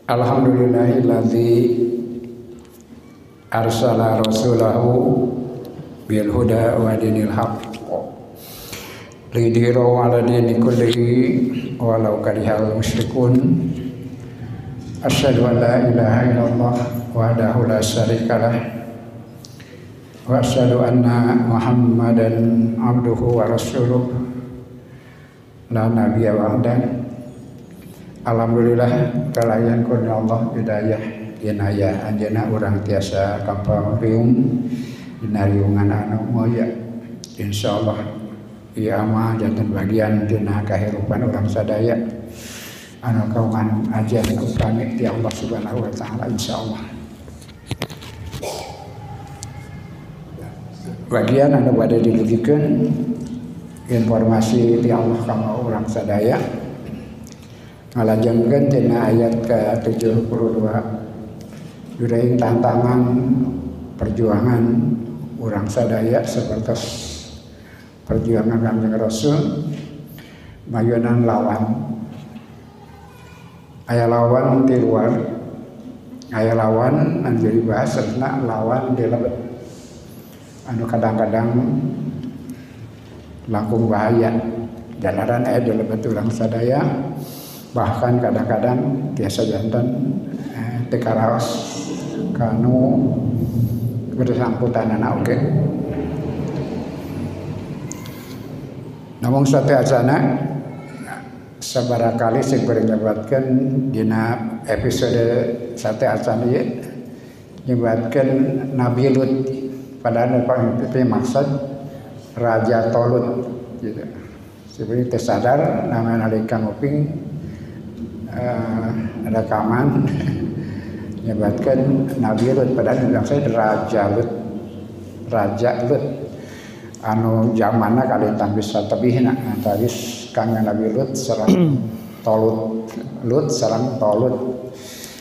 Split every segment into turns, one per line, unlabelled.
Alhamdulillahilladzi arsala rasulahu bil huda wa dinil haqq lidhirahu 'ala dini kullihi walau karihal musyrikun. Asyhadu an la ilaha illallah wahdahu la syarikalah wa asyhadu anna Muhammadan abduhu wa rasuluh la nabiyya ba'dah. Alhamdulillah kalayan kurnia Allah hidayah inayah anjeunna urang tiasa kapariung dina riungan anu moya. Insyaallah ieu mah janten bagian dina kahirupan urang sadaya anu kaungan ajan upami ti Allah Subhanahu wa taala insyaallah. Bagian anu bade dilugikeun informasi ti Allah ka urang sadaya ngalajengkeun tina ayat ke-72 juraing tantangan perjuangan urang sadaya sapertos perjuangan Kanjeng Rasul mayeunan lawan aya lawan di luar aya lawan anu jadi bahasana lawan di lebet anu kadang-kadang langkung bahaya jalaran aya di lebet urang sadaya. Bahkan kadang-kadang tiasa jantan tekaraos kanu bersamputanana oge. Namun sate acana sabarakali sing nyebatkeun dina episode sate acana ieu nyebatkeun Nabi Lut padahal paling maksud Raja Tolut gitu. Sebenarnya teu sadar nama nalika nguping ada kaman nyebatkan Nabi Lut padahal bilang saya Raja Lut anu zamanna kali tambis satebihna antawis kangge Nabi Lut sareng Tolut Lut sareng Tolut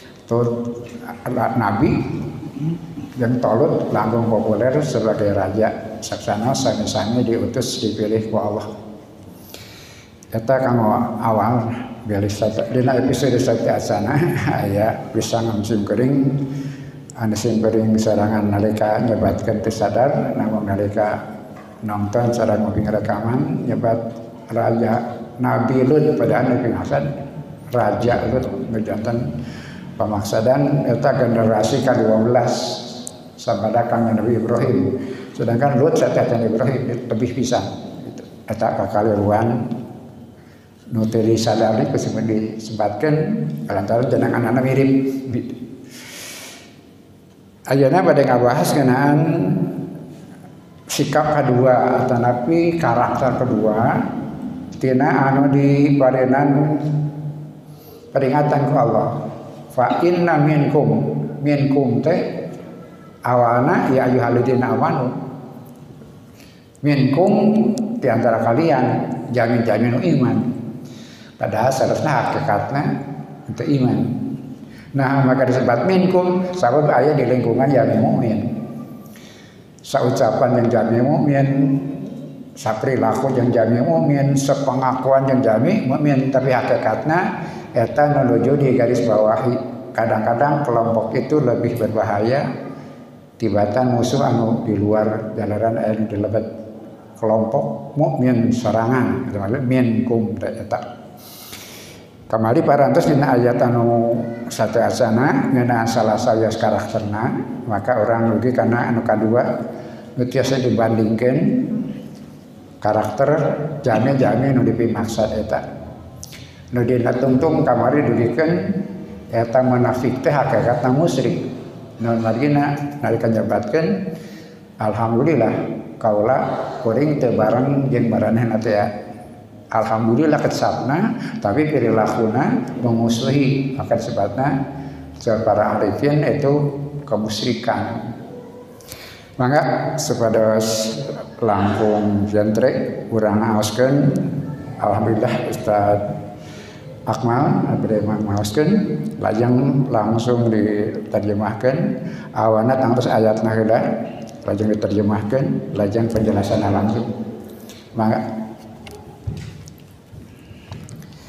Nabi dan Tolut langkung populer sebagai raja saksana sami-sami diutus dipilih ku Allah. Eta kanggo awal dina episode sate asana aya bisa musim kering anu sim kering sarangan nalika nyebatkeun teu sadar namun nalika nonton sareng nguping rekaman nyebat Raja Nabi Lut padahal nepi maksud Raja Lut ngejanten pamaksadan eta generasi ka-12 sabada kang Nabi Ibrahim sedangkan Lut sate Ibrahim lebih pisan gitu. Eta kakaliruan nu teu disadari kusimun disebutkeun lantaran jenengan mirip. Ayeuna bade ngabahas ngeunaan sikap kedua atanapi karakter kedua tina anu diparenan peringatan ku Allah. Fa inna minkum teh awana ya ayyuhalladzina amanu minkum di antara kalian jamin iman. Padahal seharusnya hakikatnya itu iman. Nah maka disebut minkum sabab aya di lingkungan yang mukmin. Saucapan yang jami mukmin, saperilaku yang jami mukmin, sepengakuan yang jami mukmin, tapi hakikatnya eta nuju di garis bawahi. Kadang-kadang kelompok itu lebih berbahaya tibatan musuh anu di luar jalanan anu di lebet kelompok mukmin serangan itu maksud minkum eta. Kamari parantos dina ayat anu sate asana ngeunaan salah sayos karakterna maka orang rugi karena anu kadua nu tiasa dibandingkeun karakter jami nu dipimaksud eta nu dina tungtung kamari dugikeun eta munafik teh hakikatna musyrik nu margina nalika nyebatkeun alhamdulillah kaula kuring teu bareng jeung maranehna teh alhamdulillah kecapna tapi perilakunya memusuhi maka sebabnya para arifin itu kemusyrikan. Maka sepados langkung jentrek urang ngaoskeun alhamdulillah Ustaz Akmal abdi ngaoskeun lajeng langsung diterjemahkeun awana tangtos ayatna heula lajeng diterjemahkeun lajeng penjelasanna langsung. Maka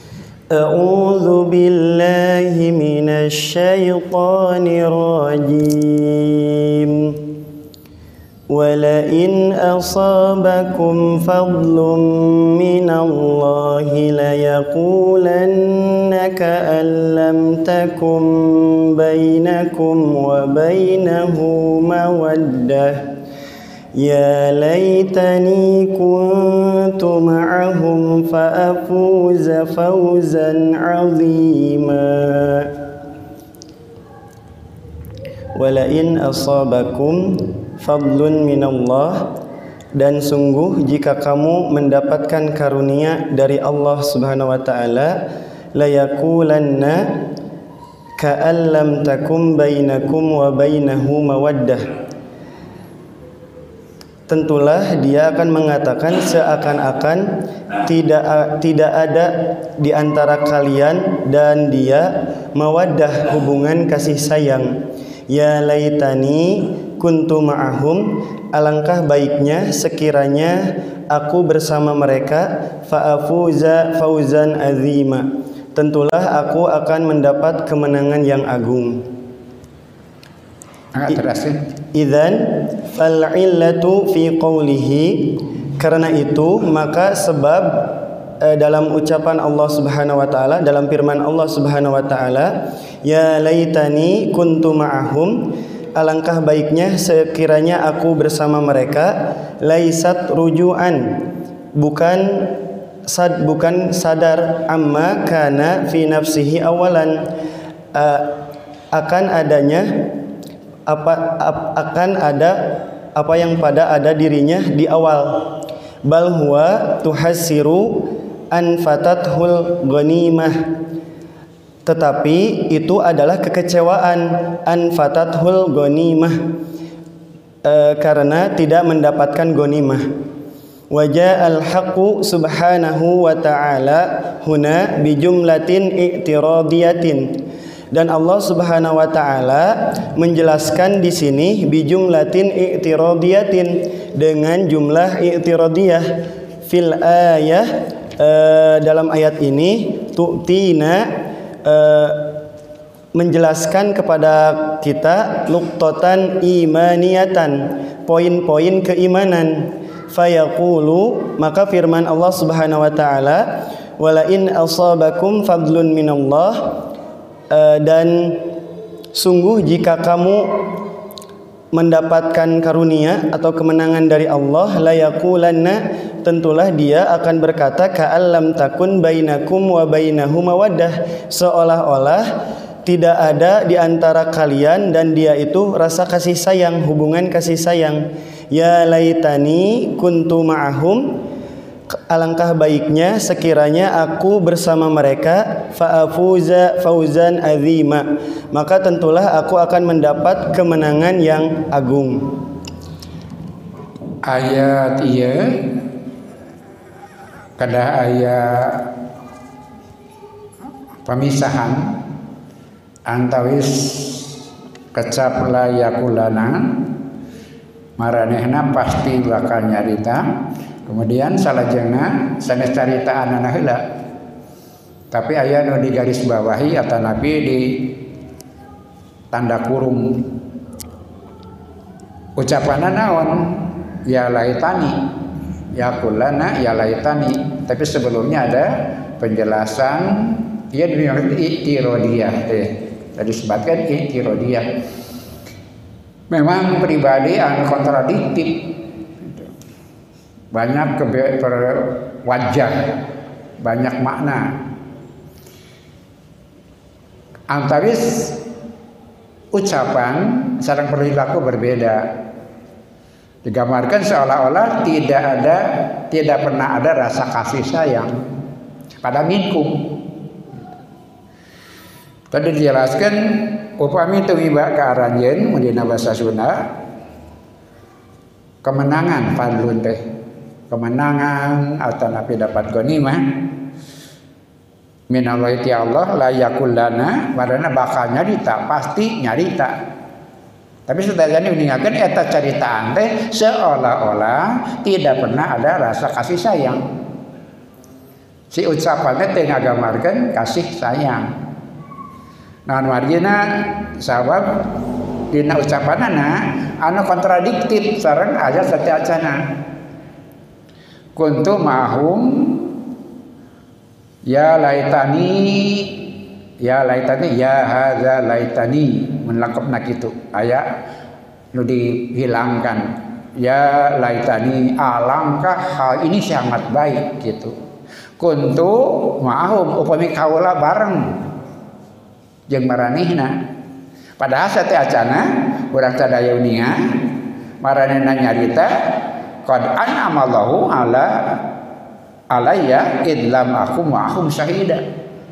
A'udzu billahi minasy syaithanir rajim. Walain asabakum fadlun minallahi layaqulanna ka'an lam takum bainakum wa bainahu mawaddah ya laitani kuntu ma'ahum fa'afuza fawzan 'azima. Walain asabakum fadlun minallah, dan sungguh jika kamu mendapatkan karunia dari Allah Subhanahu wa taala, la yaqulanna ka'an lam takum bainakum wa bainahu mawaddah, tentulah dia akan mengatakan seakan-akan tidak ada di antara kalian dan dia mawaddah, hubungan kasih sayang. Ya laitani kuntu ma'ahum, alangkah baiknya sekiranya aku bersama mereka, fa'afuza fauzan azima, tentulah aku akan mendapat kemenangan yang agung. Idzan fal illatu fi qawlihi, karena itu maka sebab dalam ucapan Allah Subhanahu wa taala, dalam firman Allah Subhanahu wa taala, ya laitani kuntu ma'ahum, alangkah baiknya sekiranya aku bersama mereka, laisat rujuan, bukan sadar, amma kana fi nafsihi awalan, akan ada apa yang pada ada dirinya di awal. Bal huwa tuhassiru an fatathul ghanimah, tetapi itu adalah kekecewaan, an fatathul ghanimah, karena tidak mendapatkan ghanimah. Wajah al-haqqu subhanahu wa ta'ala huna bijumlatin i'tiradiyatin, dan Allah Subhanahu wa taala menjelaskan di sini bijumlatin i'tiradiyatin, dengan jumlah i'tiradiyah. Fil ayah, dalam ayat ini, tu'tina, menjelaskan kepada kita luqtatan imaniyatan, poin-poin keimanan. Fayaqulu, maka firman Allah Subhanahu wa taala, walain asabakum fadlun minallah, dan sungguh jika kamu mendapatkan karunia atau kemenangan dari Allah, la yaqulanna, tentulah dia akan berkata, ka'allam takun bainakum wa bainahu mawaddah, seolah-olah tidak ada di antara kalian dan dia itu rasa kasih sayang, hubungan kasih sayang. Ya laitani kuntu ma'ahum, alangkah baiknya sekiranya aku bersama mereka, fa'afuza fauzan azima, maka tentulah aku akan mendapat kemenangan yang agung.
Ayat ieu kada aya pemisahan antawis kecap layakulana, maranehna pasti bakal nyarita, kemudian salajengna sanes caritaanana heula, tapi aya nu digaris bawahi atanapi di tanda kurung. Ucapanna naon? Ya laitani, ya kullana ya laitani, tapi sebelumnya ada penjelasan, ia dinamakan i'tiradiyah, tadi disebutkan i'tiradiyah. Memang pribadi anu kontradiktif, banyak wajah, banyak makna. Antawis ucapan sareng perilaku berbeda. Digambarkan seolah-olah tidak pernah ada rasa kasih sayang pada minkum. Tadi dijelaskan upami tumiba ka aranjeun dina basa Sunda, kemenangan fadlun teh, kemenangan atau napi dapat ghanimah minallahi ti Allah, la yakul lana, marana bakal nyarita, pasti nyarita. Tapi sedayana ningakeun eta caritaan teh seolah-olah tidak pernah ada rasa kasih sayang. Si ucapannya teu ngagamarkeun kasih sayang. Naon margina sabab dina ucapanana anu kontradiktif sareng ayat sateacana. Kuntu mahum ya laitani ya hadza laitani mun laqabna kitu aya nu dihilangkan ya laitani alangkah hal ini sangat baik gitu. Kuntu ma'ahum upami kaula bareng jeung maranehna. Padahal sateacana urang sadaya uninga maranehna nyarita qad an'amallahu alayya idlam aku ma'ahum syahida.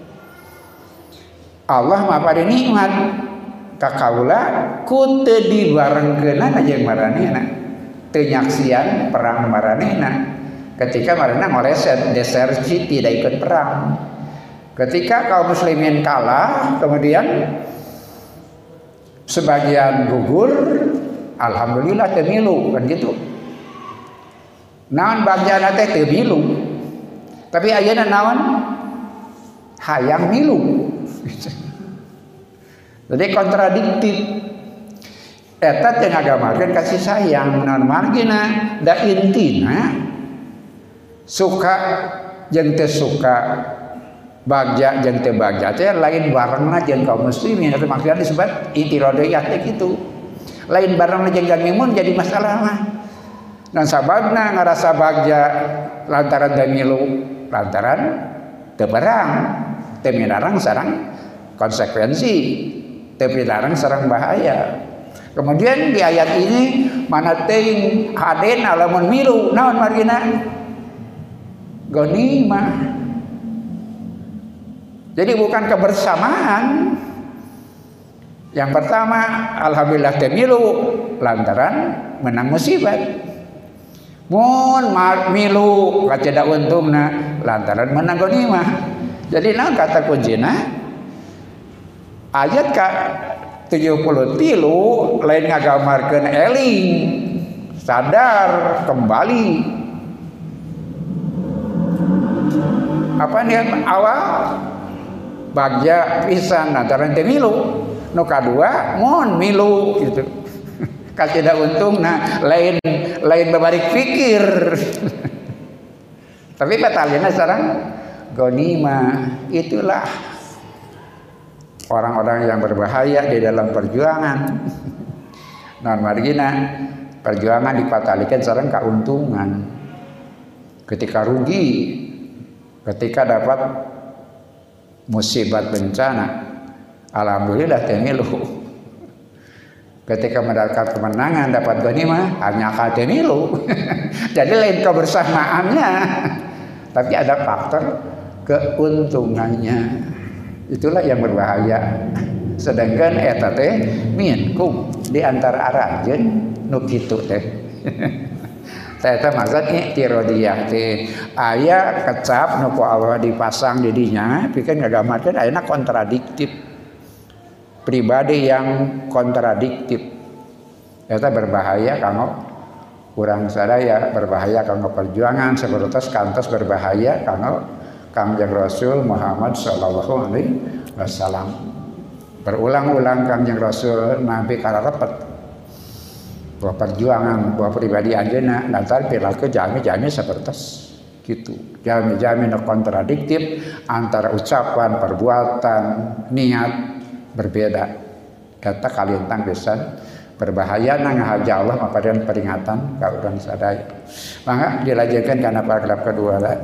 Allah mapari nikmat ka kaula ku teu dibarengkeunana jeung maranehna. Teu nyaksian perang maranehna. Ketika maranehna ngoleset desersi tidak ikut perang. Ketika kaum muslimin kalah, kemudian sebagian gugur, alhamdulillah teu milu kan gitu. Naon bagjana teh teu milu. Tapi ayeuna naon? Hayang milu. Jadi kontradiktif. Eta teh ngagamakeun kasih sayang naon margina da intina suka jeung teu suka bagja jeung teu bagja teh lain barengna jeung kaum muslimin eta maksudna disebut intiradiyah teh kitu. Lain barengna jeung gamimun jadi masalah mah. Dan sababna ngarasa bagja lantaran teu milu lantaran teu perang teu minarang sareng konsekuensi teu minarang sareng bahaya. Kemudian di ayat ini mana teuing hadena lamun milu naon margina ghanimah. Jadi bukan kebersamaan. Yang pertama alhamdulillah teu milu lantaran menang musibah. Mun milu kaceda untungna lantaran menang ghanimah. Jadi naon kata kuncina? Ayat ka 73 lain ngagamarkeun eling, sadar, kembali. Apa nih awal bagja pisan lantaran teu milu. Nu kadua mun milu gitu. Kaceda untungna lain bebarik pikir. Tapi batalina sareng ghanimah. Itulah orang-orang yang berbahaya di dalam perjuangan. Non margina perjuangan dipatalikan sareng keuntungan. Ketika rugi, ketika dapat musibah bencana, alhamdulillah teu milu. Ketika mendapat kemenangan dapat ghanimah hanya teu milu. Jadi lain kebersamaannya, tapi ada faktor keuntungannya. Itulah yang berbahaya. Sedangkan eta teh minkum di antara arajeun nu kitu teh. Eta maksud i'tiradiyah teh aya kecap nu ku Allah dipasang di dinya pikeun ngagamarkeun ayeuna kontradiktif. Pribadi yang kontradiktif. Eta berbahaya kanggo urang sadaya, berbahaya kanggo perjuangan sapertos kantos berbahaya kanggo Kangjeng Rasul Muhammad sallallahu alaihi wasallam. Berulang-ulang Kangjeng Rasul nampi kararepet bahwa perjuangan bahwa pribadi anjeunna lantaran perilaku jami-jami sapertos kitu. Jami-jami nu kontradiktif antara ucapan, perbuatan, niat berbeda. Kata kalintang pisan berbahaya nang haja Allah mapadeun peringatan ka urang sadaya. Mangga dilanjutkeun kana paragraf kedua lah.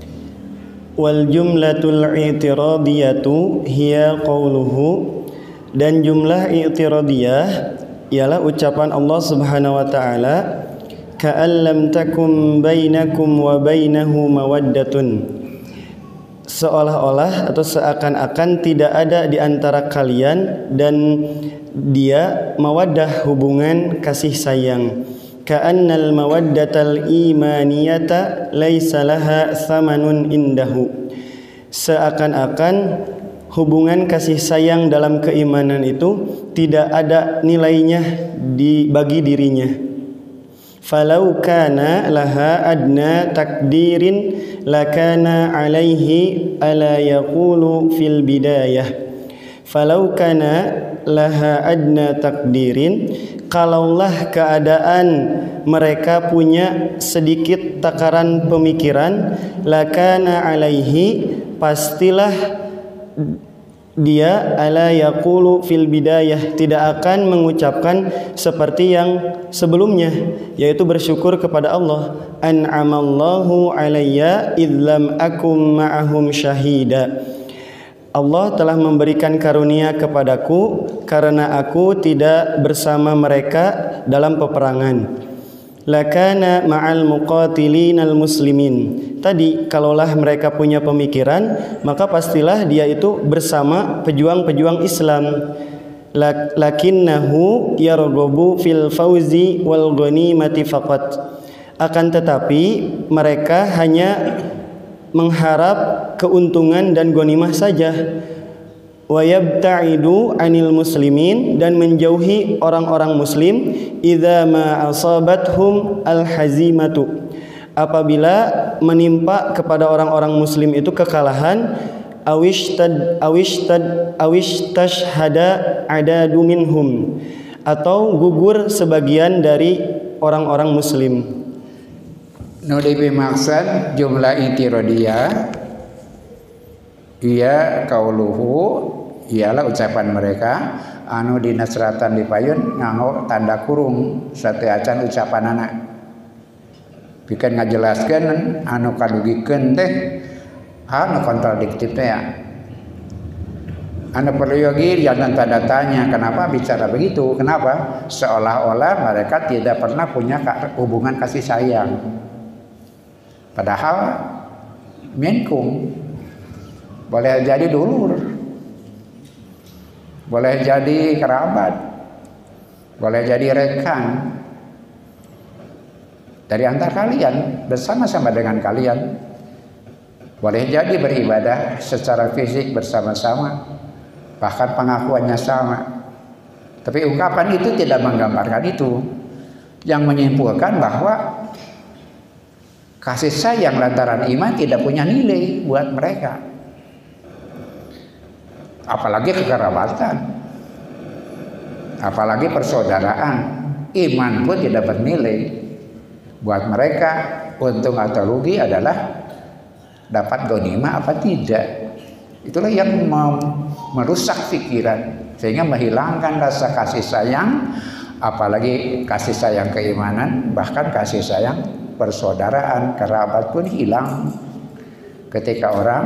Wal jumlatul i'tiradiyatu hiya qauluhu, dan jumlah i'tiradiyah ialah ucapan Allah Subhanahu wa taala ka'an lam takum bainakum wa bainahu mawaddatun, seolah-olah atau seakan-akan tidak ada di antara kalian dan dia mawaddah hubungan kasih sayang. Ka'annal mawaddatal imaniyata laisa laha thamanun indahu, seakan-akan hubungan kasih sayang dalam keimanan itu tidak ada nilainya bagi dirinya. Falau kana laha adna takdirin lakana alaihi ala yaqulu fil bidayah falau kana laha adna takdirin. Kalaulah keadaan mereka punya sedikit takaran pemikiran, lakana alaihi, pastilah dia ala yaqulu fil bidayah, tidak akan mengucapkan seperti yang sebelumnya, yaitu bersyukur kepada Allah. An'amallahu alayya idlam akum ma'ahum syahida. Allah telah memberikan karunia kepadaku karena aku tidak bersama mereka dalam peperangan. Lakana ma'al muqatilinal muslimin. Tadi kalaulah mereka punya pemikiran, maka pastilah dia itu bersama pejuang-pejuang Islam. Lakinnahu yarghabu fil fauzi wal ghanimati faqat. Akan tetapi mereka hanya mengharap keuntungan dan ghanimah saja. Wa yabta'idu 'anil muslimin, dan menjauhi orang-orang muslim. Idza ma asabathum al-hazimatu, apabila menimpa kepada orang-orang muslim itu kekalahan. Awistashhada adadu minhum, atau gugur sebagian dari orang-orang muslim.
Nu dimaksud jumlah intirodiyah iya kauluhu, ialah ucapan mereka anu dina seratan dipayun nganggo tanda kurung sateacan ucapan anak bikin ngajelaskeun anu kadugikeun teh anu kontradiktif teh ya. Anu perlu yogi jangan tanda tanya kenapa bicara begitu, kenapa seolah-olah mereka tidak pernah punya hubungan kasih sayang. Padahal minkum boleh jadi dulur, boleh jadi kerabat, boleh jadi rekan dari antara kalian, bersama-sama dengan kalian. Boleh jadi beribadah secara fisik bersama-sama, bahkan pengakuannya sama. Tapi ungkapan itu tidak menggambarkan itu. Yang menyimpulkan bahwa kasih sayang lantaran iman tidak punya nilai buat mereka. Apalagi kekerabatan, apalagi persaudaraan. Iman pun tidak bernilai buat mereka. Untung atau rugi adalah dapat ghanimah apa tidak. Itulah yang merusak pikiran, sehingga menghilangkan rasa kasih sayang, apalagi kasih sayang keimanan, bahkan kasih sayang persaudaraan, kerabat pun hilang ketika orang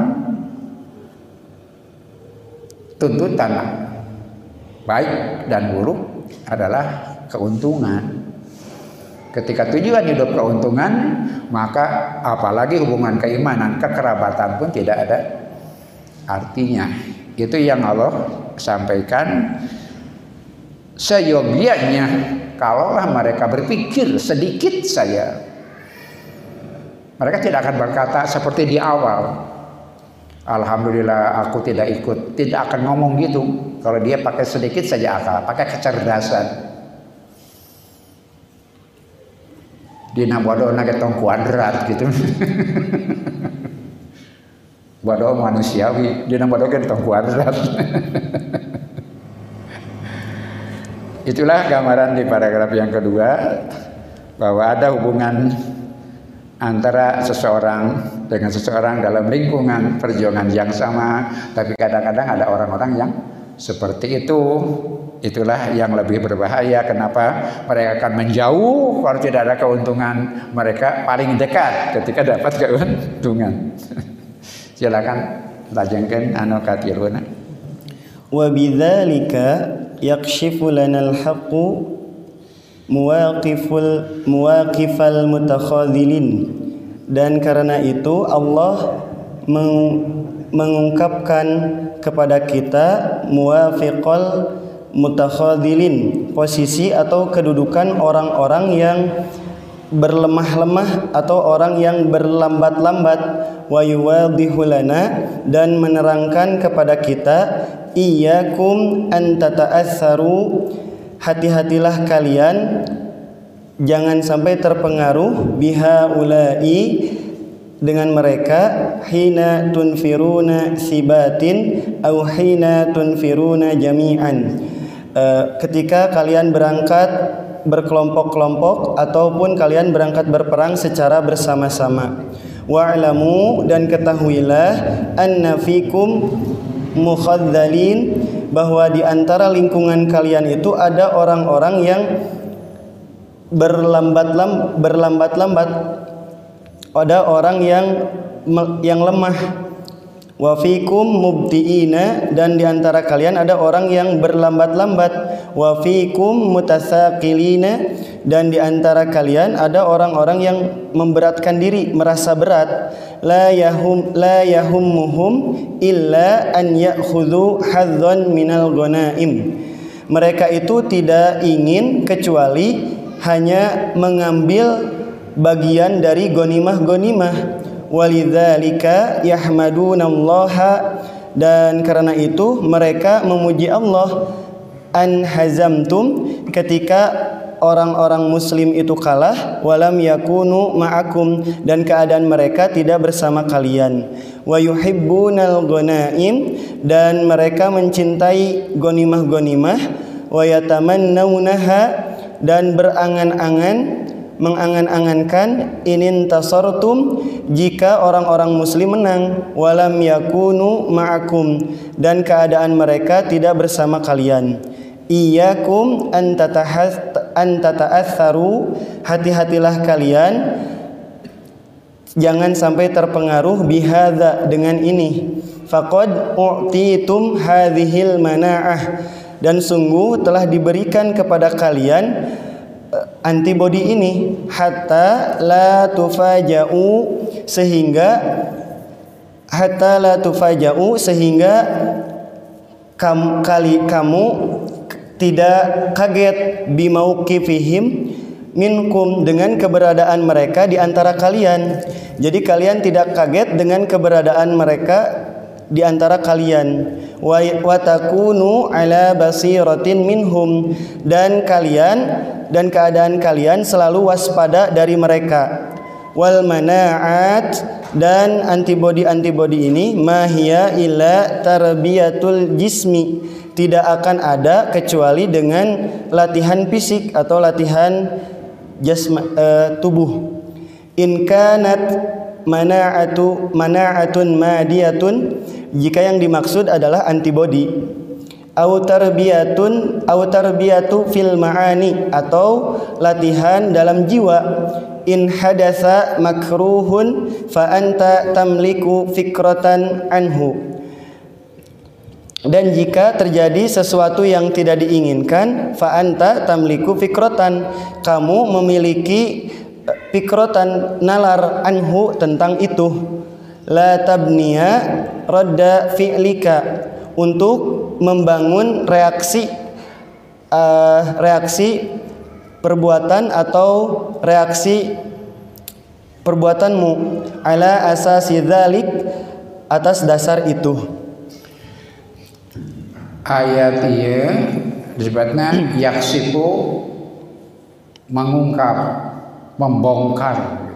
tuntutan baik dan buruk adalah keuntungan. Ketika tujuan hidup keuntungan, maka apalagi hubungan keimanan, kekerabatan pun tidak ada artinya. Itu yang Allah sampaikan. Seyogianya kalaulah mereka berpikir sedikit saja, mereka tidak akan berkata seperti di awal, alhamdulillah aku tidak ikut. Tidak akan ngomong gitu. Kalau dia pakai sedikit saja akal, pakai kecerdasan. Dina bodoh nage tong kuadrat gitu. Bodoh manusiawi, dina bodoh ke tong kuadrat. Itulah gambaran di paragraf yang kedua, bahwa ada hubungan antara seseorang dengan seseorang dalam lingkungan perjuangan yang sama, tapi kadang-kadang ada orang-orang yang seperti itu. Itulah yang lebih berbahaya. Kenapa mereka akan menjauh kalau tidak ada keuntungan, mereka paling dekat ketika dapat keuntungan. Silakan lajengkeun anu katiluna.
Wa bidzalika yakshifu lanal haqqu muwaqifal mutakhadzilin. Dan karena itu Allah mengungkapkan kepada kita muwafiqal mutakhadzilin, posisi atau kedudukan orang-orang yang berlemah-lemah atau orang yang berlambat-lambat. Wa yuwadhihu lana, dan menerangkan kepada kita, iyyakum an tata'assaru, hati-hatilah kalian jangan sampai terpengaruh biha ulai dengan mereka hina tunfiruna sibatin au hina tunfiruna jami'an, ketika kalian berangkat berkelompok-kelompok ataupun kalian berangkat berperang secara bersama-sama. Wa'lamu, dan ketahuilah, anna fikum mukhadzalin, bahwa di antara lingkungan kalian itu ada orang-orang yang berlambat-lambat, ada orang yang lemah. Wa fikum mubtiina, dan di antara kalian ada orang yang berlambat-lambat. Wa fikum mutasaqilina, dan di antara kalian ada orang-orang yang memberatkan diri, merasa berat. La yahummuhum illa an ya'khudhu hadzan minal ghanaim. Mereka itu tidak ingin kecuali hanya mengambil bagian dari gonimah-gonimah. Walidzalika yahmadunallaha, dan karena itu mereka memuji Allah. An hazamtum, ketika orang-orang muslim itu kalah. Walam yakunu ma'akum, dan keadaan mereka tidak bersama kalian. Wa yuhibbunal ghanaim, dan mereka mencintai gonimah-gonimah. Wa yatamannawnaha, dan mengangan-angankan inin tasortum, jika orang-orang muslim menang. Walam yakunu ma'akum, dan keadaan mereka tidak bersama kalian. Iyyakum an tata'atsaru, hati-hatilah kalian jangan sampai terpengaruh bihadza, dengan ini. Faqad u'titum hadhil mana'ah, dan sungguh telah diberikan kepada kalian antibodi ini. Hatta la tufaja'u, sehingga kamu tidak kaget bimauqifihim minkum, dengan keberadaan mereka di antara kalian. Jadi kalian tidak kaget dengan keberadaan mereka di antara kalian. Wa takunu ala basiratin minhum, dan keadaan kalian selalu waspada dari mereka. Wal mana'at, dan antibodi ini mahia illa tarbiyatul jismi, tidak akan ada kecuali dengan latihan fisik atau latihan tubuh. In kanat mana'atun madiyatun, jika yang dimaksud adalah antibodi. Au tarbiyatu fil ma'ani, atau latihan dalam jiwa. In hadatsa makruhun fa anta tamliku fikratan anhu, dan jika terjadi sesuatu yang tidak diinginkan, fa anta tamliku fikratan, kamu memiliki fikrotan, nalar, anhu, tentang itu. La tabniya radda fi'lika, untuk membangun reaksi perbuatan atau reaksi perbuatanmu. Ala asasi dzalik, atas dasar itu.
Ayat ieu disebutna yaksifu, mengungkap, membongkar.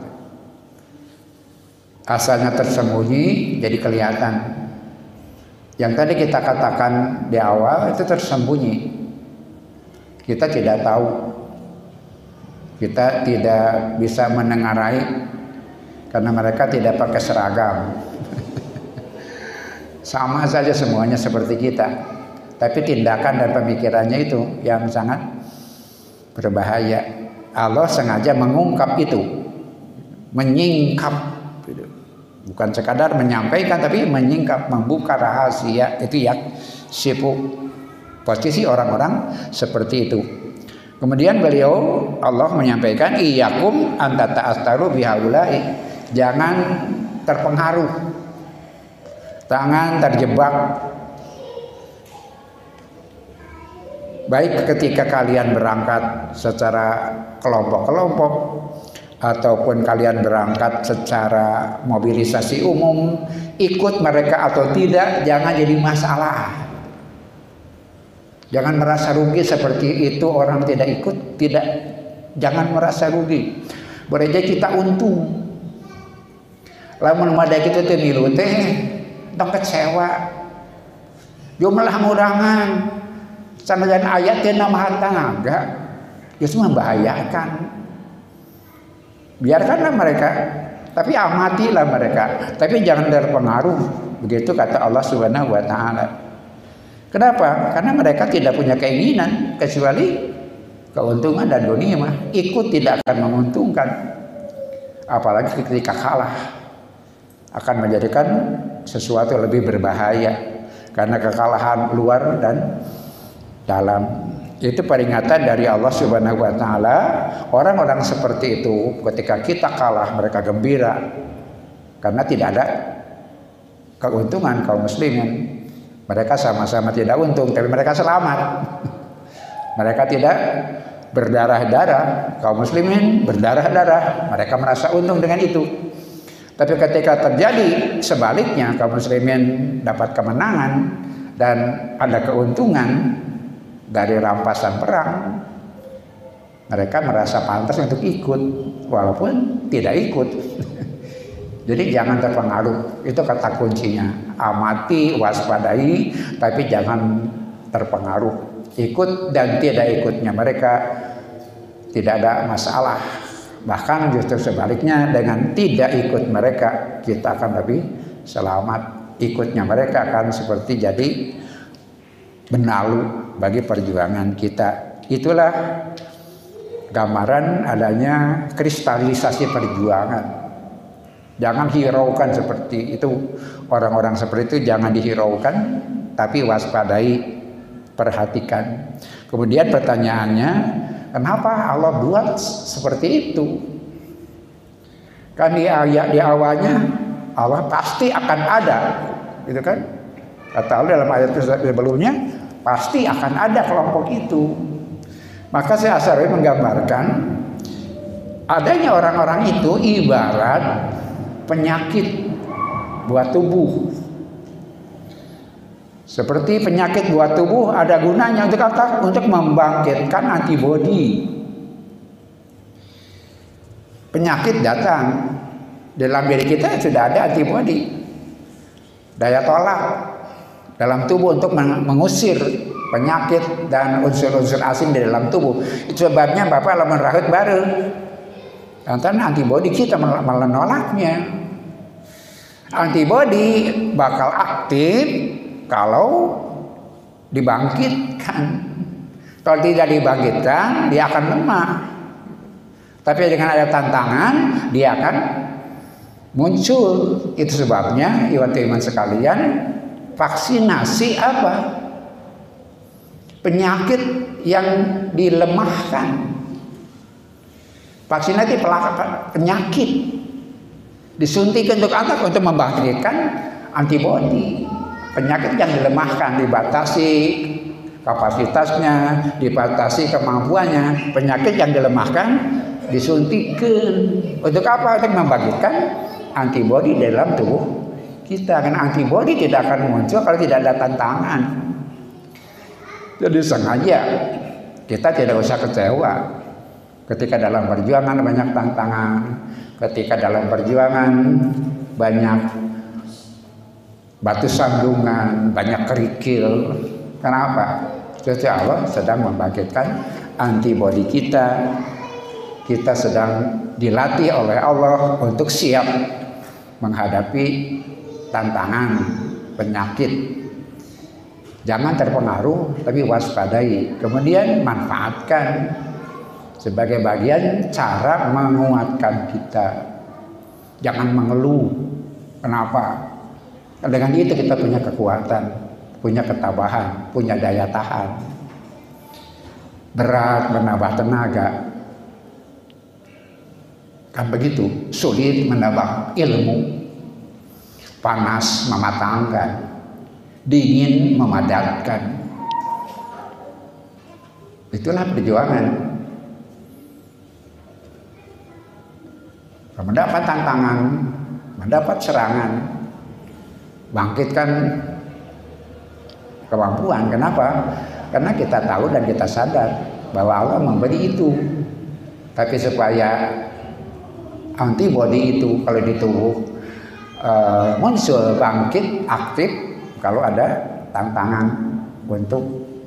Asalnya tersembunyi jadi kelihatan. Yang tadi kita katakan di awal itu tersembunyi. Kita tidak tahu. Kita tidak bisa menengarai karena mereka tidak pakai seragam. Sama saja semuanya seperti kita. Tapi tindakan dan pemikirannya itu yang sangat berbahaya. Allah sengaja mengungkap itu, menyingkap, bukan sekadar menyampaikan tapi menyingkap, membuka rahasia. Itu ya sipu posisi orang-orang seperti itu. Kemudian Allah menyampaikan iyyakum anta ta'astaru bihaulai, jangan terpengaruh, jangan terjebak. Baik ketika kalian berangkat secara kelompok-kelompok ataupun kalian berangkat secara mobilisasi umum, ikut mereka atau tidak, jangan jadi masalah. Jangan merasa rugi seperti itu, orang tidak ikut, jangan merasa rugi. Boleh jadi kita untung. Lamun madai kitu teu milu teh tong kecewa. Jumlah murangan sanajan ayat teh namahan tangga justru membahayakan. Biarkanlah mereka, tapi amatilah mereka, tapi jangan terpengaruh. Begitu kata Allah Subhanahu wa taala. Kenapa? Karena mereka tidak punya keinginan kecuali keuntungan dan ghanimah. Ikut tidak akan menguntungkan. Apalagi ketika kalah akan menjadikan sesuatu lebih berbahaya karena kekalahan luar dan dalam. Itu peringatan dari Allah Subhanahu wa taala. Orang-orang seperti itu ketika kita kalah mereka gembira karena tidak ada keuntungan kaum muslimin. Mereka sama-sama tidak untung tapi mereka selamat. Mereka tidak berdarah-darah, kaum muslimin berdarah-darah. Mereka merasa untung dengan itu. Tapi ketika terjadi sebaliknya, kaum muslimin dapat kemenangan dan ada keuntungan dari rampasan perang, mereka merasa pantas untuk ikut walaupun tidak ikut. Jadi jangan terpengaruh, itu kata kuncinya. Amati, waspadai, tapi jangan terpengaruh. Ikut dan tidak ikutnya mereka tidak ada masalah. Bahkan justru sebaliknya, dengan tidak ikut mereka kita akan lebih selamat. Ikutnya mereka akan seperti jadi benalu bagi perjuangan kita. Itulah gambaran adanya kristalisasi perjuangan. Jangan hiraukan seperti itu. Orang-orang seperti itu jangan dihiraukan, tapi waspadai, perhatikan. Kemudian pertanyaannya, kenapa Allah buat seperti itu? Kan di ayat di awalnya Allah pasti akan ada, gitu kan? Kata Allah dalam ayat sebelumnya, pasti akan ada kelompok itu. Maka Syekh Asy'ari menggambarkan adanya orang-orang itu ibarat penyakit buat tubuh. Seperti penyakit buat tubuh ada gunanya untuk apa? Untuk membangkitkan antibodi. Penyakit datang, dalam diri kita sudah ada antibodi, daya tolak dalam tubuh untuk mengusir penyakit dan unsur-unsur asing di dalam tubuh. Itu sebabnya Bapak lamun rahut bareng, karena antibodi kita menolaknya. Antibodi bakal aktif kalau dibangkitkan. Kalau tidak dibangkitkan, dia akan lemah. Tapi dengan ada tantangan, dia akan muncul. Itu sebabnya, iman sekalian, vaksinasi apa? Penyakit yang dilemahkan. Vaksinasi penyakit. Disuntik untuk apa? Untuk membangkitkan antibodi. Penyakit yang dilemahkan, dibatasi kapasitasnya, dibatasi kemampuannya. Penyakit yang dilemahkan disuntikkan. Untuk apa? Untuk membangkitkan antibodi dalam tubuh kita. Karena antibodi tidak akan muncul kalau tidak ada tantangan. Jadi sengaja kita tidak usah kecewa ketika dalam perjuangan banyak tantangan, ketika dalam perjuangan banyak batu sandungan, banyak kerikil. Kenapa? Karena Allah sedang membangkitkan antibodi kita. Kita sedang dilatih oleh Allah untuk siap menghadapi tantangan penyakit. Jangan terpengaruh, tapi waspadai. Kemudian manfaatkan sebagai bagian cara menguatkan kita. Jangan mengeluh. Kenapa? Dengan itu kita punya kekuatan, punya ketabahan, punya daya tahan. Berat menambah tenaga. Kan begitu. Sulit menambah ilmu. Panas mematangkan. Dingin memadatkan. Itulah perjuangan. Mendapat tantangan, mendapat serangan, bangkitkan kemampuan. Kenapa? Karena kita tahu dan kita sadar bahwa Allah memberi itu. Tapi supaya antibodi itu kalau di tubuh muncul, bangkit, aktif kalau ada tantangan untuk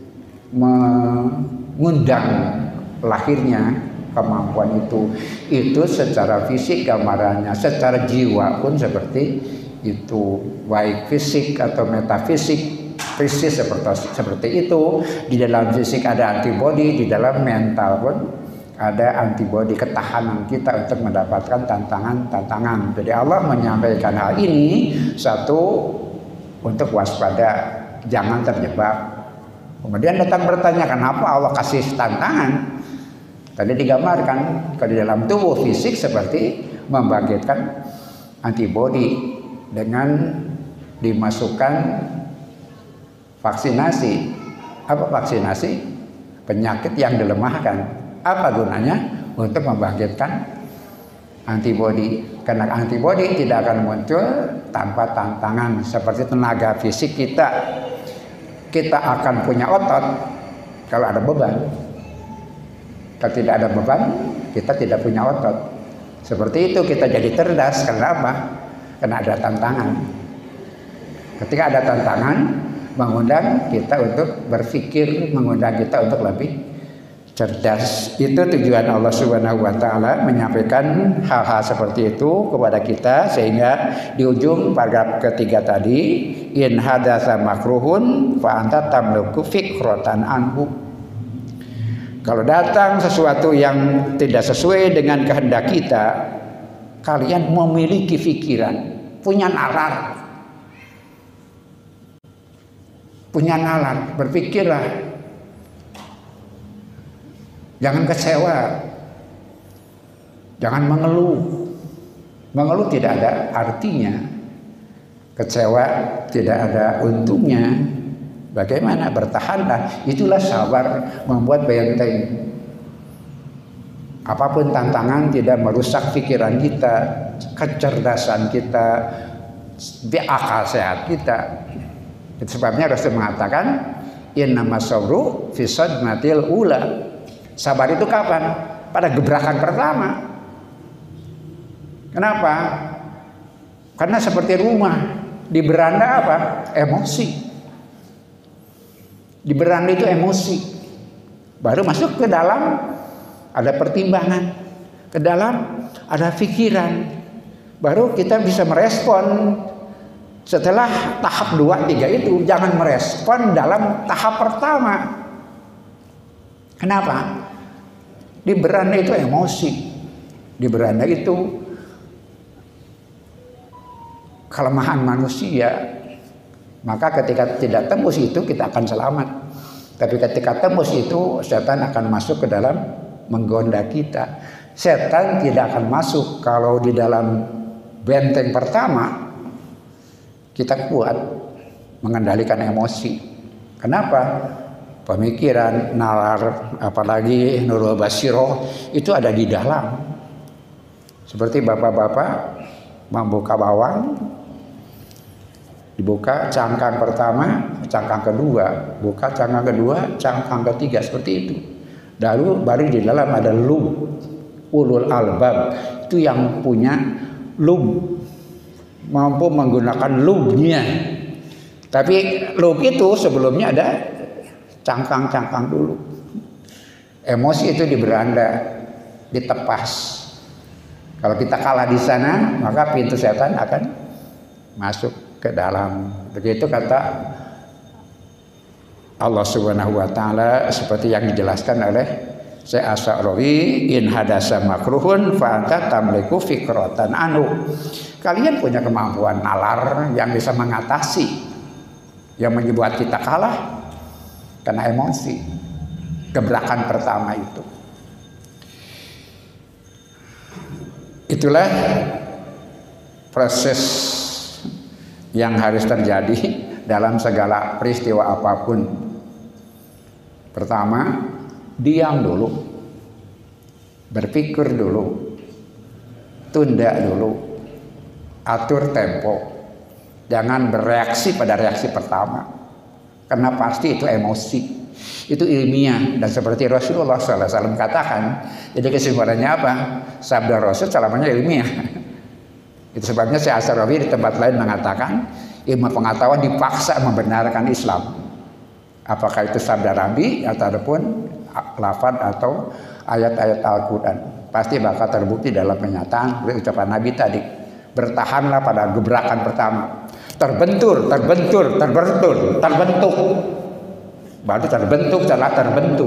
mengundang lahirnya kemampuan itu secara fisik gambarannya, secara jiwa pun seperti itu, baik fisik atau metafisik, krisis seperti itu. Di dalam fisik ada antibodi, di dalam mental pun ada antibodi, ketahanan kita untuk mendapatkan tantangan. Jadi Allah menyampaikan hal ini satu untuk waspada, jangan terjebak. Kemudian datang bertanya, kenapa Allah kasih tantangan? Tadi digambarkan kalau di dalam tubuh fisik seperti membangkitkan antibodi dengan dimasukkan vaksinasi. Apa vaksinasi? Penyakit yang dilemahkan. Apa gunanya? Untuk membangkitkan antibodi. Karena antibodi tidak akan muncul tanpa tantangan. Seperti tenaga fisik kita. Kita akan punya otot kalau ada beban. Kalau tidak ada beban, kita tidak punya otot. Seperti itu kita jadi cerdas. Kenapa? Karena ada tantangan. Ketika ada tantangan, mengundang kita untuk berpikir, mengundang kita untuk lebih cerdas. Itu tujuan Allah Subhanahu wa taala menyampaikan hal-hal seperti itu kepada kita, sehingga di ujung paragraf ketiga tadi, in hadatsa makruhun fa anta tamliku fikratan anhu. Kalau datang sesuatu yang tidak sesuai dengan kehendak kita, kalian memiliki pikiran, punya nalar. Punya nalar, berpikirlah. Jangan kecewa. Jangan mengeluh. Mengeluh tidak ada artinya. Kecewa tidak ada untungnya. Bagaimana? Bertahanlah. Itulah sabar membuat benteng. Apapun tantangan tidak merusak pikiran kita, kecerdasan kita, akal sehat kita. Itu sebabnya Rasul mengatakan, innamas sabru fi sadmatil ula. Sabar itu kapan? Pada gebrakan pertama. Kenapa? Karena seperti rumah, di beranda apa? Emosi. Di beranda itu emosi. Baru masuk ke dalam ada pertimbangan. Ke dalam ada pikiran. Baru kita bisa merespon. Setelah tahap 2, 3 itu jangan merespon dalam tahap pertama. Kenapa? Di beranda itu emosi. Di beranda itu kelemahan manusia. Maka ketika tidak tembus itu kita akan selamat. Tapi ketika tembus itu setan akan masuk ke dalam menggoda kita. Setan tidak akan masuk kalau di dalam benteng pertama kita kuat mengendalikan emosi. Kenapa? Pemikiran, nalar, apalagi nurul basiroh itu ada di dalam. Seperti bapak-bapak membuka bawang, dibuka cangkang pertama, cangkang kedua, buka cangkang kedua, cangkang ketiga, seperti itu. Lalu baru di dalam ada lub, ulul albab, itu yang punya lub, mampu menggunakan lubnya. Tapi lub itu sebelumnya ada cangkang-cangkang dulu. Emosi itu di beranda, ditepas. Kalau kita kalah di sana, maka pintu setan akan masuk ke dalam. Begitu kata Allah Subhanahu wa taala seperti yang dijelaskan oleh Syekh As-Sa'rawi, in hadasa makruhun fa anta tamliku fikratan anu. Kalian punya kemampuan nalar yang bisa mengatasi yang membuat kita kalah karena emosi. Gebrakan pertama itu. Itulah proses yang harus terjadi dalam segala peristiwa apapun. Pertama, diam dulu, berpikir dulu, tunda dulu, atur tempo, jangan bereaksi pada reaksi pertama, karena pasti itu emosi, itu ilmiah. Dan seperti Rasulullah SAW katakan, jadi kesimpulannya apa? Sabda Rasul selamanya ilmiah. Itu sebabnya Syekh Asy-Syarawi di tempat lain mengatakan ilmu pengetahuan dipaksa membenarkan Islam. Apakah itu sabda Nabi ataupun lafaz atau ayat-ayat Al-Quran, pasti bakal terbukti dalam kenyataan ucapan Nabi tadi. Bertahanlah pada gebrakan pertama. Terbentur. Baru terbentuk setelah terbentur.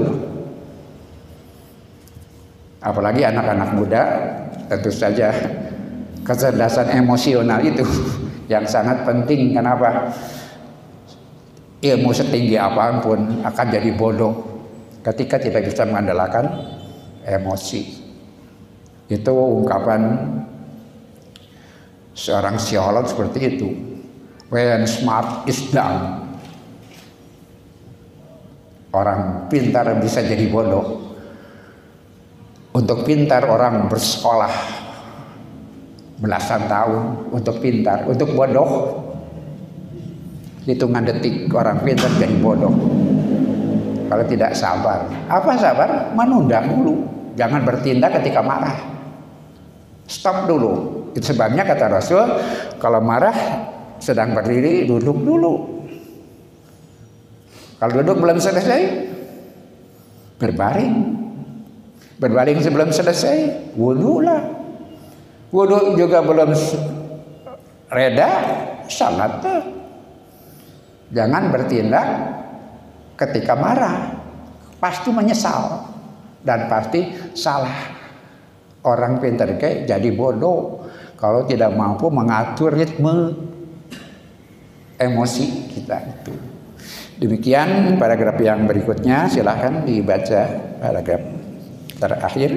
Apalagi anak-anak muda, tentu saja kecerdasan emosional itu yang sangat penting. Kenapa? Ilmu setinggi apapun akan jadi bodoh ketika tidak bisa mengandalkan emosi. Itu ungkapan seorang psikolog seperti itu. When smart is dumb. Orang pintar bisa jadi bodoh. Untuk pintar orang bersekolah belasan tahun untuk pintar. Untuk bodoh hitungan detik orang pintar jadi bodoh. Kalau tidak sabar. Apa sabar? Menunda dulu. Jangan bertindak ketika marah. Stop dulu. Itu sebabnya kata Rasul, kalau marah sedang berdiri, duduk dulu. Kalau duduk belum selesai, berbaring. Berbaring sebelum selesai, wudu lah. Wudu juga belum reda, salat. Jangan bertindak ketika marah. Pasti menyesal dan pasti salah. Orang pintar kayak jadi bodoh kalau tidak mampu mengatur ritme emosi kita itu. Demikian paragraf yang berikutnya, silahkan dibaca paragraf terakhir.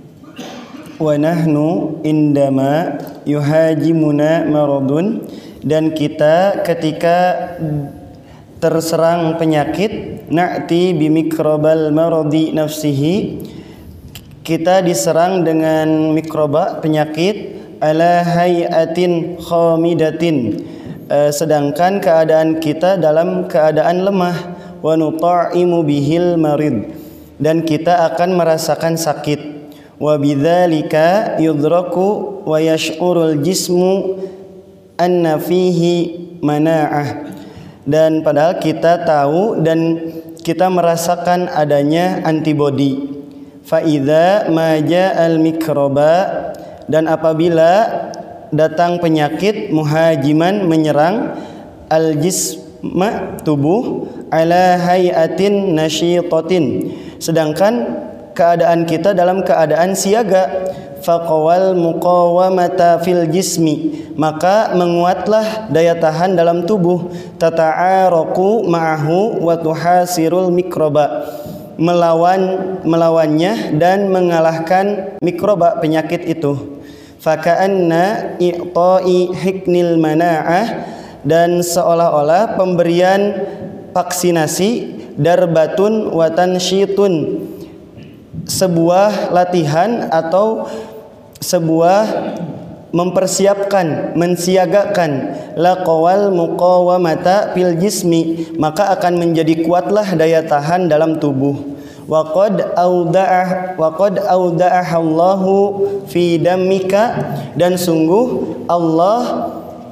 Wa nahnu indama yuhajimuna maradun, dan kita ketika terserang penyakit, na'ti bimikrobal maradi nafsihi, kita diserang dengan mikroba penyakit, ala hayatin khamidatin, sedangkan keadaan kita dalam keadaan lemah, wa nuta'imu bihil marid, dan kita akan merasakan sakit, wa bidzalika yudraku wa yash'urul jismu anna fihi mana'ah, dan padahal kita tahu dan kita merasakan adanya antibodi. Fa idza ma ja'al mikroba, dan apabila datang penyakit muhajiman menyerang al jisma tubuh, ala hayatin nasyitatin, sedangkan keadaan kita dalam keadaan siaga, faqawal muqawamata fil jismi, maka menguatlah daya tahan dalam tubuh, tata'araku ma'ahu wa tuhasirul mikroba, melawannya dan mengalahkan mikroba penyakit itu. Faka'anna i'ta'i hiknil mana'ah, dan seolah-olah pemberian vaksinasi, darbatun wa tansyitun, sebuah latihan atau sebuah mempersiapkan, mensiagakan, laqawal muqawamata fil jismi, maka akan menjadi kuatlah daya tahan dalam tubuh. Wa qad auda'ah Allahu fi dammika, dan sungguh Allah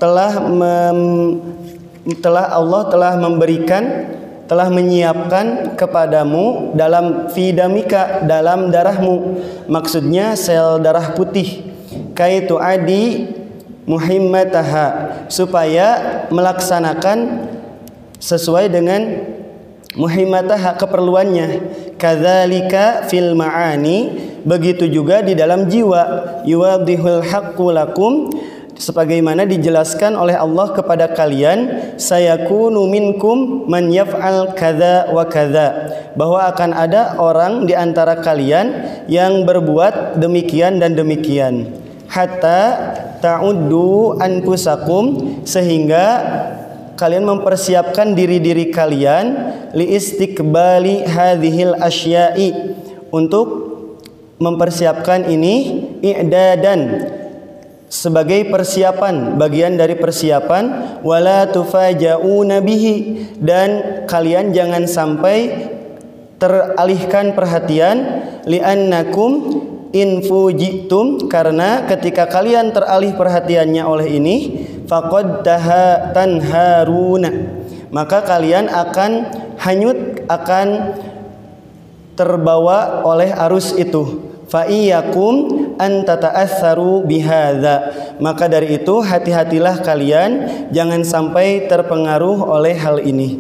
telah memberikan, telah menyiapkan kepadamu dalam fidamika, dalam darahmu, maksudnya sel darah putih, kaitu adi muhimmataha, supaya melaksanakan sesuai dengan muhimmataha, keperluannya. Kadzalika fil ma'ani, begitu juga di dalam jiwa, yuwadihul haqqu lakum, sebagaimana dijelaskan oleh Allah kepada kalian, sayakunu minkum man yaf'al kadza wa kadza, bahwa akan ada orang di antara kalian yang berbuat demikian dan demikian. Hatta ta'uddu anfusakum, sehingga kalian mempersiapkan diri-diri kalian, li istiqbali hadhil asya'i, untuk mempersiapkan ini, i'dadan, sebagai persiapan, bagian dari persiapan, wala tufaja'una bihi, dan kalian jangan sampai teralihkan perhatian, li'annakum in fujitum, karena ketika kalian teralih perhatiannya oleh ini, faqad tanharuna, maka kalian akan hanyut, akan terbawa oleh arus itu. Fa iyyakum an tata'assaru bihadza, maka dari itu hati-hatilah kalian jangan sampai terpengaruh oleh hal ini.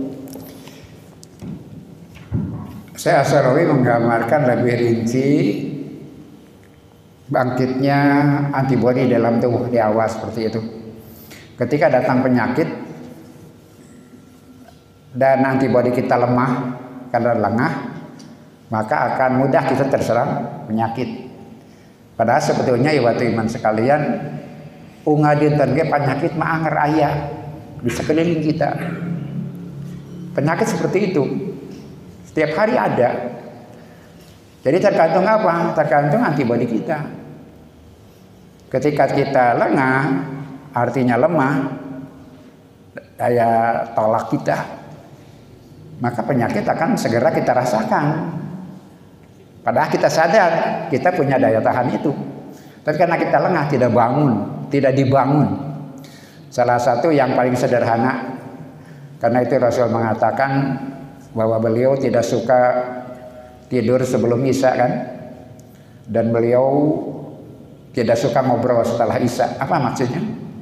Syekh As-Sarawi menggambarkan lebih rinci bangkitnya antibodi dalam tubuh di awal seperti itu. Ketika datang penyakit dan antibodi kita lemah karena lengah, maka akan mudah kita terserang penyakit. Padahal sebetulnya ya waktu iman sekalian, unga dinten ge penyakit mah anger aya di sekeliling kita. Penyakit seperti itu setiap hari ada. Jadi tergantung apa? Tergantung antibodi kita. Ketika kita lengah, artinya lemah, daya tolak kita, maka penyakit akan segera kita rasakan. Padahal kita sadar kita punya daya tahan itu, tapi karena kita lengah, tidak bangun, tidak dibangun. Salah satu yang paling sederhana, karena itu Rasul mengatakan bahwa beliau tidak suka tidur sebelum Isya kan, dan beliau tidak suka ngobrol setelah Isya. Apa maksudnya?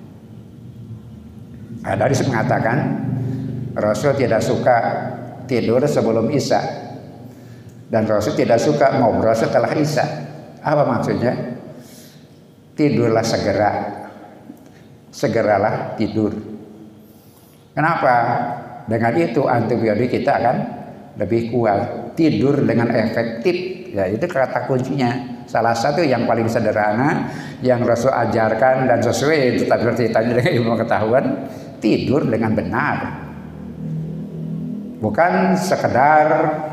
Ada hadis mengatakan Rasul tidak suka tidur sebelum Isya, dan Rasul tidak suka ngobrol setelah Isya. Apa maksudnya? Tidurlah segera, segeralah tidur. Kenapa? Dengan itu antibiotik kita akan lebih kuat. Tidur dengan efektif, ya itu kata kuncinya. Salah satu yang paling sederhana yang Rasul ajarkan dan sesuai seperti tadi dengan ilmu pengetahuan, tidur dengan benar. Bukan sekedar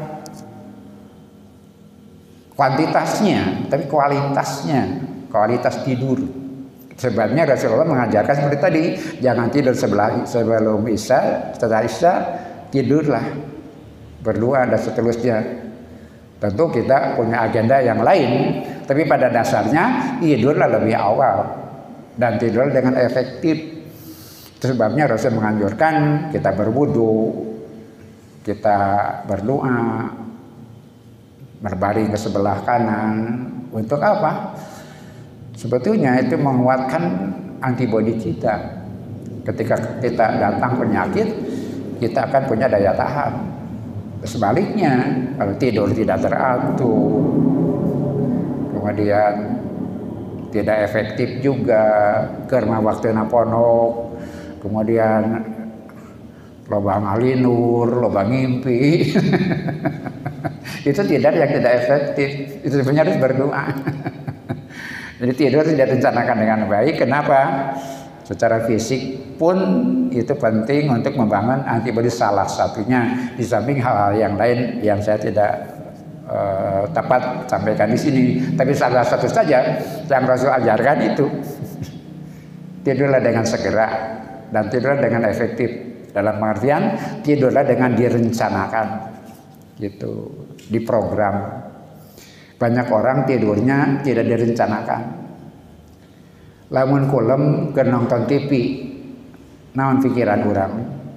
kuantitasnya, tapi kualitasnya, kualitas tidur. Sebabnya Rasulullah mengajarkan seperti tadi, jangan tidur sebelum Isya, setelah Isya tidurlah, berdoa dan seterusnya. Tentu kita punya agenda yang lain, tapi pada dasarnya tidurlah lebih awal dan tidur dengan efektif. Sebabnya Rasul menganjurkan kita berwudu, kita berdoa, berbaring ke sebelah kanan. Untuk apa? Sebetulnya itu menguatkan antibodi kita. Ketika kita datang penyakit, kita akan punya daya tahan. Sebaliknya, kalau tidur tidak teratur, kemudian tidak efektif juga, karena waktu naponok, kemudian loba ngalinur, loba ngimpi, itu tidak yang tidak efektif. Itu sebenarnya harus berdoa. Jadi tidur tidak direncanakan dengan baik. Kenapa? Secara fisik pun itu penting untuk membangun antibodi, salah satunya, di samping hal-hal yang lain yang saya tidak tepat sampaikan di sini. Tapi salah satu saja yang Rasul ajarkan itu, tidurlah dengan segera dan tidurlah dengan efektif. Dalam pengertian tidurlah dengan direncanakan, gitu, diprogram. Banyak orang tidurnya tidak direncanakan. Lamun kulem ke nonton TV, naon pikiran orang?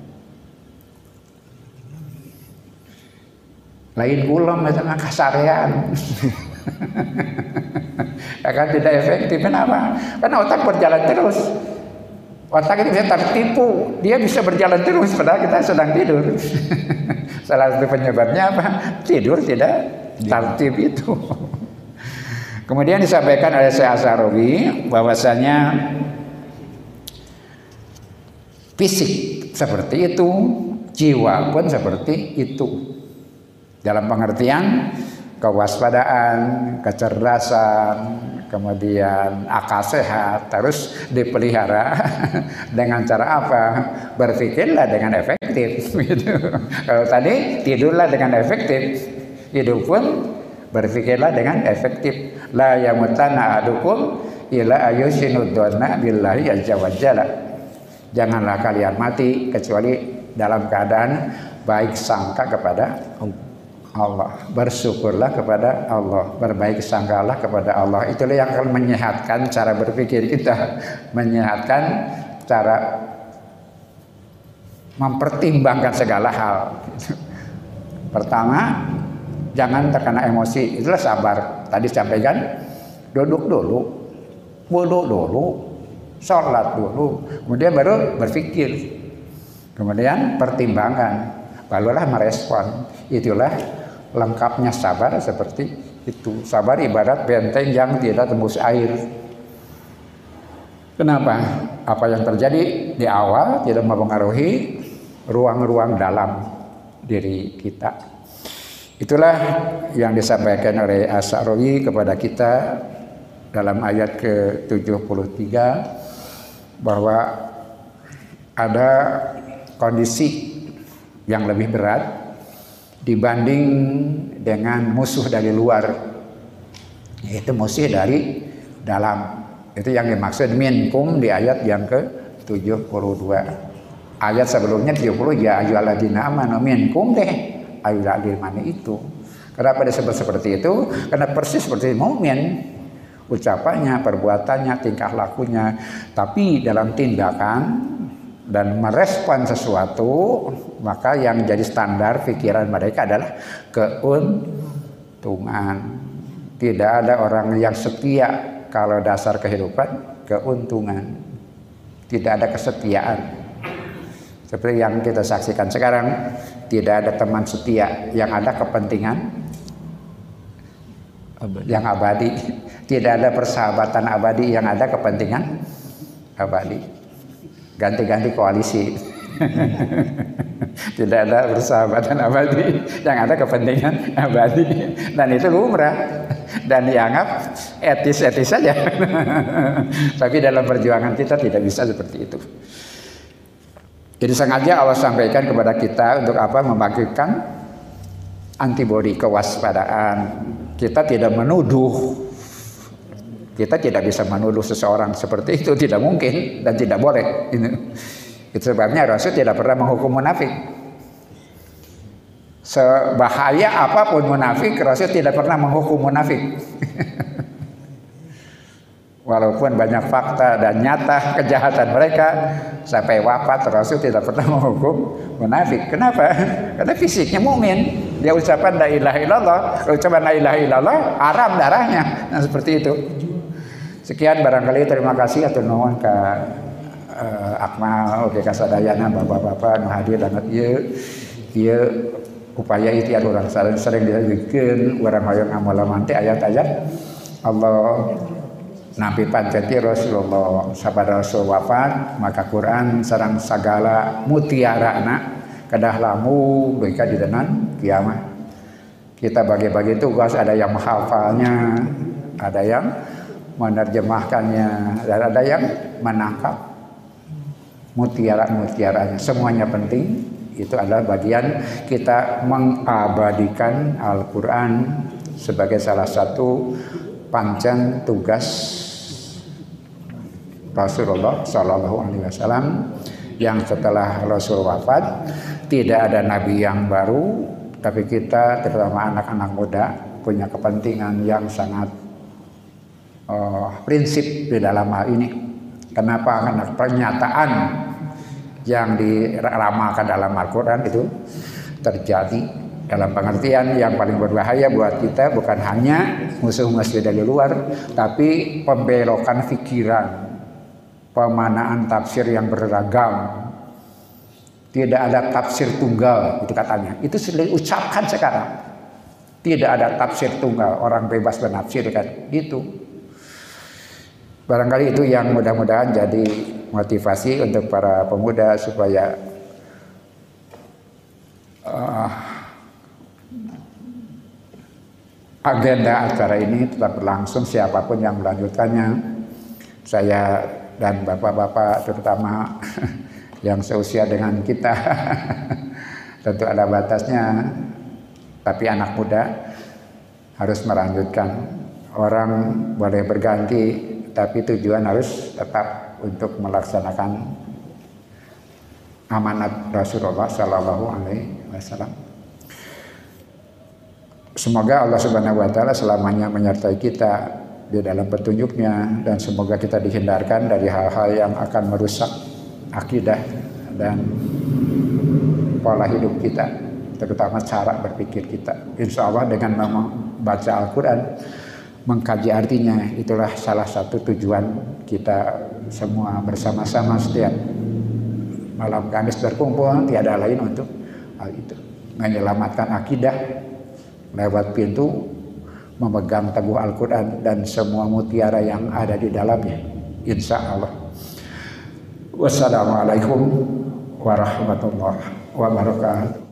Lain kulem itu mah kasarean. Akan tidak efektif. Kenapa? Karena otak berjalan terus. Otak itu bisa tertipu, dia bisa berjalan terus padahal kita sedang tidur. Salah satu penyebabnya apa? Tidur tidak tertib itu. Kemudian disampaikan oleh Syekh As-Sarawi bahwasanya fisik seperti itu, jiwa pun seperti itu. Dalam pengertian kewaspadaan, kecerdasan, kemudian akal sehat terus dipelihara. Dengan cara apa? Berpikirlah dengan efektif. Gitu. Kalau tadi tidurlah dengan efektif, hidup pun berpikirlah dengan efektif. La yamutanna ahadukum ila ayusinuddonna billahi azza wajalla. Janganlah kalian mati kecuali dalam keadaan baik sangka kepada Allah, bersyukurlah kepada Allah, berbaik sangkalah kepada Allah. Itulah yang akan menyehatkan cara berpikir kita, menyehatkan cara mempertimbangkan segala hal. Pertama, jangan terkena emosi, itulah sabar. Tadi sampaikan, duduk dulu, wudu dulu, sholat dulu, kemudian baru berpikir, kemudian pertimbangkan, barulah merespon. Itulah lengkapnya sabar seperti itu. Sabar ibarat benteng yang tidak tembus air. Kenapa? Apa yang terjadi di awal tidak mempengaruhi ruang-ruang dalam diri kita. Itulah yang disampaikan oleh As-Sa'rawi kepada kita dalam ayat ke-73, bahwa ada kondisi yang lebih berat dibanding dengan musuh dari luar, yaitu musuh dari dalam. Itu yang dimaksud minkum di ayat yang ke-72. Ayat sebelumnya 70, ya ayyuhalladzina amanu minkum deh, ayyuhalladzina amanu itu. Kenapa disebut seperti itu? Karena persis seperti mukmin, ucapannya, perbuatannya, tingkah lakunya, tapi dalam tindakan dan merespon sesuatu, maka yang jadi standar pikiran mereka adalah keuntungan. Tidak ada orang yang setia kalau dasar kehidupan keuntungan. Tidak ada kesetiaan. Seperti yang kita saksikan sekarang, tidak ada teman setia, yang ada kepentingan yang abadi. Tidak ada persahabatan abadi, yang ada kepentingan abadi. Ganti-ganti koalisi. Tidak ada persahabatan abadi, yang ada kepentingan abadi. Dan itu lumrah dan dianggap etis-etis saja. Tapi dalam perjuangan kita tidak bisa seperti itu. Jadi sengaja Allah sampaikan kepada kita untuk apa? Membangkitkan antibodi, kewaspadaan. Kita tidak menuduh. Kita tidak bisa menuduh seseorang seperti itu, tidak mungkin dan tidak boleh. Itu sebabnya Rasul tidak pernah menghukum munafik. Sebahaya apapun munafik, Rasul tidak pernah menghukum munafik. Walaupun banyak fakta dan nyata kejahatan mereka, sampai wafat Rasul tidak pernah menghukum munafik. Kenapa? Karena fisiknya mukmin. Dia ucapan la ilaha illallah, ucapan la ilaha illallah, haram darahnya. Nah, seperti itu. Sekian barangkali, terima kasih atur nuhun ka Akmal, oke kasadayana bapak-bapak nu hadir dan ieu upaya ikhtiar urang sering dilakukeun urang hoyong amalaman teh ayat-ayat Allah nabi panceti Rasulullah sabada Rasul wafat, maka Quran sareng sagala mutiarana kedah lamu beuka di denan kiamat. Kita bagi-bagi tugas, ada yang menghafalnya, ada yang menerjemahkannya, dan ada yang menangkap mutiara-mutiaranya. Semuanya penting. Itu adalah bagian kita mengabadikan Al-Quran sebagai salah satu pancen tugas Rasulullah Sallallahu Alaihi Wasallam, yang setelah Rasul wafat tidak ada nabi yang baru, tapi kita terutama anak-anak muda punya kepentingan yang sangat prinsip di dalam hal ini. Kenapa? Karena pernyataan yang diramalkan dalam Al-Quran itu terjadi dalam pengertian yang paling berbahaya buat kita, bukan hanya musuh-musuh dari luar, tapi pembelokan pikiran, pemanaan tafsir yang beragam. Tidak ada tafsir tunggal, itu katanya. Itu sudah diucapkan sekarang. Tidak ada tafsir tunggal, orang bebas bertafsir kan, gitu. Barangkali itu yang mudah-mudahan jadi motivasi untuk para pemuda supaya agenda acara ini tetap berlangsung, siapapun yang melanjutkannya. Saya dan bapak-bapak terutama yang seusia dengan kita tentu ada batasnya, tapi anak muda harus melanjutkan. Orang boleh berganti, tapi tujuan harus tetap untuk melaksanakan amanat Rasulullah Sallallahu Alaihi Wasallam. semoga Allah Subhanahu wa taala selamanya menyertai kita di dalam petunjuknya, dan semoga kita dihindarkan dari hal-hal yang akan merusak akidah dan pola hidup kita, terutama cara berpikir kita. Insya Allah dengan membaca Al-Quran, mengkaji artinya, itulah salah satu tujuan kita semua bersama-sama setiap malam Kamis berkumpul, tiada lain untuk hal itu, menyelamatkan akidah lewat pintu memegang teguh Al-Quran dan semua mutiara yang ada di dalamnya, insya Allah. Wassalamualaikum warahmatullahi wabarakatuh.